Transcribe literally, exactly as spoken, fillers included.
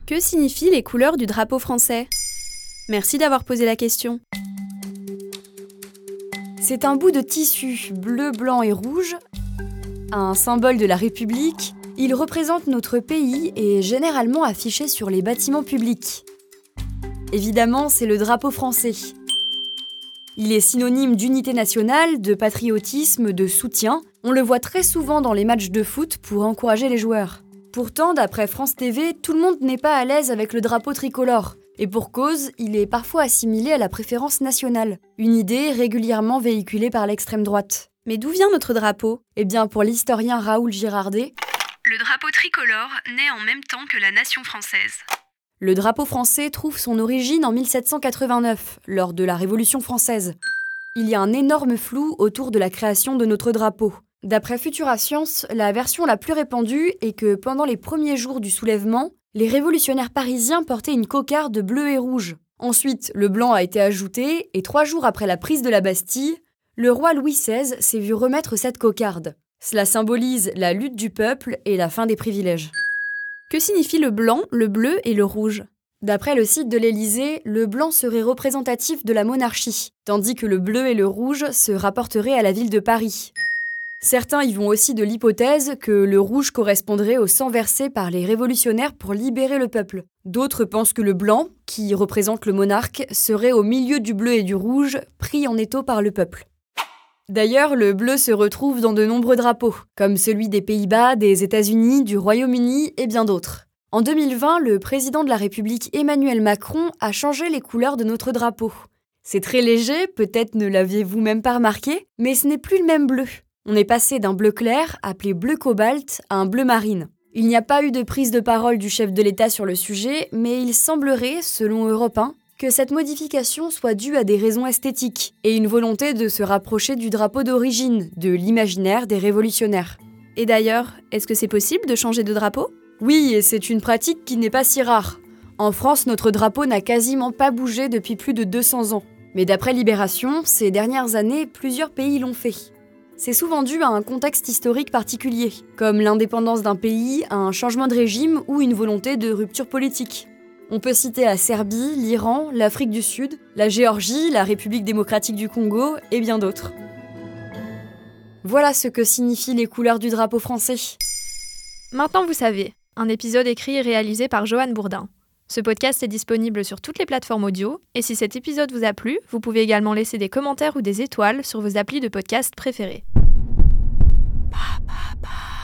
Que signifient les couleurs du drapeau français ? Merci d'avoir posé la question. C'est un bout de tissu bleu, blanc et rouge, un symbole de la République. Il représente notre pays et est généralement affiché sur les bâtiments publics. Évidemment, c'est le drapeau français. Il est synonyme d'unité nationale, de patriotisme, de soutien. On le voit très souvent dans les matchs de foot pour encourager les joueurs. Pourtant, d'après France T V, tout le monde n'est pas à l'aise avec le drapeau tricolore. Et pour cause, il est parfois assimilé à la préférence nationale, une idée régulièrement véhiculée par l'extrême droite. Mais d'où vient notre drapeau ? Eh bien, pour l'historien Raoul Girardet, le drapeau tricolore naît en même temps que la nation française. Le drapeau français trouve son origine en mille sept cent quatre-vingt-neuf, lors de la Révolution française. Il y a un énorme flou autour de la création de notre drapeau. D'après Futura Science, la version la plus répandue est que pendant les premiers jours du soulèvement, les révolutionnaires parisiens portaient une cocarde bleue et rouge. Ensuite, le blanc a été ajouté, et trois jours après la prise de la Bastille, le roi Louis seize s'est vu remettre cette cocarde. Cela symbolise la lutte du peuple et la fin des privilèges. Que signifient le blanc, le bleu et le rouge ? D'après le site de l'Élysée, le blanc serait représentatif de la monarchie, tandis que le bleu et le rouge se rapporteraient à la ville de Paris. Certains y vont aussi de l'hypothèse que le rouge correspondrait au sang versé par les révolutionnaires pour libérer le peuple. D'autres pensent que le blanc, qui représente le monarque, serait au milieu du bleu et du rouge, pris en étau par le peuple. D'ailleurs, le bleu se retrouve dans de nombreux drapeaux, comme celui des Pays-Bas, des États-Unis, du Royaume-Uni et bien d'autres. En deux mille vingt, le président de la République Emmanuel Macron a changé les couleurs de notre drapeau. C'est très léger, peut-être ne l'aviez-vous même pas remarqué, mais ce n'est plus le même bleu. On est passé d'un bleu clair, appelé bleu cobalt, à un bleu marine. Il n'y a pas eu de prise de parole du chef de l'État sur le sujet, mais il semblerait, selon Europe un, que cette modification soit due à des raisons esthétiques et une volonté de se rapprocher du drapeau d'origine, de l'imaginaire des révolutionnaires. Et d'ailleurs, est-ce que c'est possible de changer de drapeau ? Oui, et c'est une pratique qui n'est pas si rare. En France, notre drapeau n'a quasiment pas bougé depuis plus de deux cents ans. Mais d'après Libération, ces dernières années, plusieurs pays l'ont fait. C'est souvent dû à un contexte historique particulier, comme l'indépendance d'un pays, un changement de régime ou une volonté de rupture politique. On peut citer la Serbie, l'Iran, l'Afrique du Sud, la Géorgie, la République démocratique du Congo et bien d'autres. Voilà ce que signifient les couleurs du drapeau français. Maintenant vous savez, un épisode écrit et réalisé par Johan Bourdin. Ce podcast est disponible sur toutes les plateformes audio, et si cet épisode vous a plu, vous pouvez également laisser des commentaires ou des étoiles sur vos applis de podcast préférés. Pa, pa, pa.